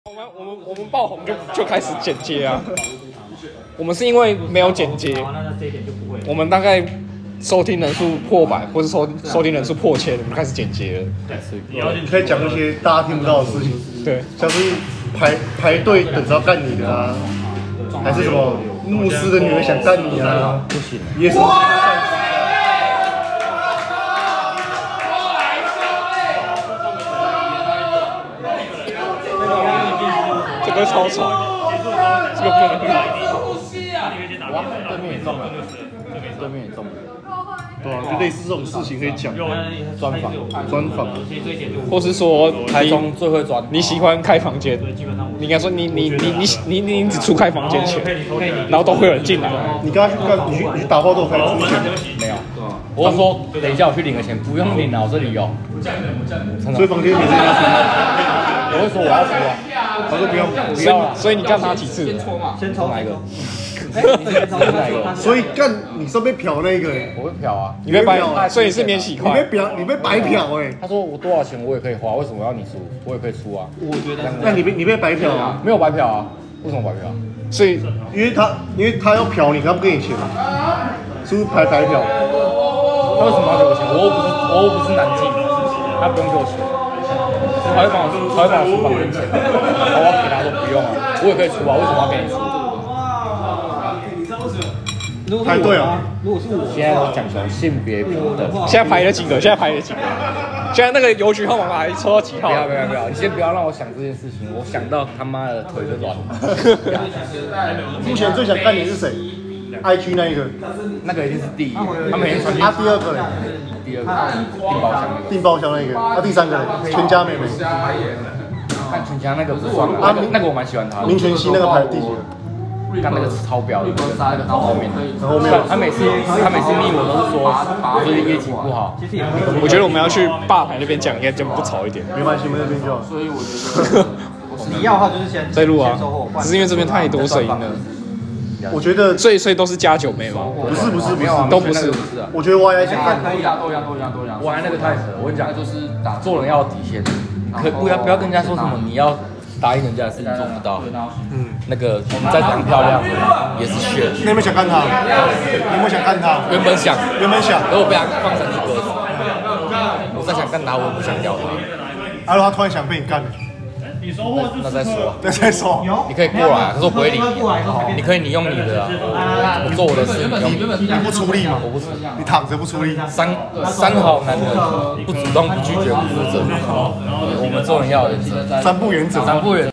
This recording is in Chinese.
我们爆红就开始剪接啊。我们是因为没有剪接，我们大概收听人数破百，或是收听人数破千，我们开始剪接了。 你可以讲一些大家听不到的事情， 对， 像是排队等着要干你的啊，还是什么牧师的女儿想干你啊，不行，耶稣。 这个超吵，这个不能看。 哇，对面也中了，对面也中了。 对啊，就类似这种事情可以讲， 专访， 或是说台中最会专， 你喜欢开房间，你应该说你只出开房间钱，然后都会有人进来。 你刚刚去干，你去打包都有开出钱没有？我说等一下我去领个钱，不用领了，我这里有。 所以房间你自己要出， 我会说我要出啊， 他说不要了。所以你干他几次？ 先抽哪一个？你是哪一个？ 所以干你是被嫖那个我会嫖啊， 你被白，所以你是免洗筷。 你被白嫖哎。 他说我多少钱我也可以花，为什么要你出？我也可以出啊。我觉得。 那你被白嫖啊？ 没有白嫖啊，为什么白嫖？ 所以因为他要嫖你，他不给你钱，是不是白嫖？ 他为什么要给我钱？我又不是南京，他不用给我钱，他会帮我出房间钱，然后我给他说不用啊，我也可以出啊，为什么要给你出？ 排队啊！ 如果是我，现在都讲求性别平等。 现在排了几个？现在那个邮局号码还抽到几号？ 不要！你先不要让我想这件事情，我想到他妈的腿就软了。 目前最想干你是谁 ？IG 那一个， 那个一定是第一，他每天传。 他第二个嘞？ 第二个订包厢那个。 订包厢那个，第三个嘞？全家妹妹。 看全家那个不算了，那个我蛮喜欢他的。 民权西那个排第几个？ 干那个超标的，那个后面的， 后面他每次密我都是说，所以业绩不好。 我觉得我们要去吧台那边讲，应该就不吵一点。 没关系，我们那边就好。 所以我觉得，你要的话就是先在录啊，只是因为这边太多声音了。 我觉得所以都是加9妹吗？ 不是， 没有啊， 都不是。 我觉得 YI 想干都一样。 YI那个太扯了，我跟你讲，就是做人要有底线，不要跟人家说什么你要。答应人家的事情做不到，那个我们再怎样漂亮也是血。 你有没有想干他？你有没有想干他？ 原本想，可我被他放成一鸽子。我再想干他，我也不想屌他。 然后他突然想被你干了， 那再说。 再说。 你可以过来，可是我不会理你。你可以你用你的啊，我做我的事，你用你的。 你不出力吗？ 我不出力， 你躺着不出力。 三好男人，不主动，不拒绝，不负责。我们做人要有原则。 三不原则。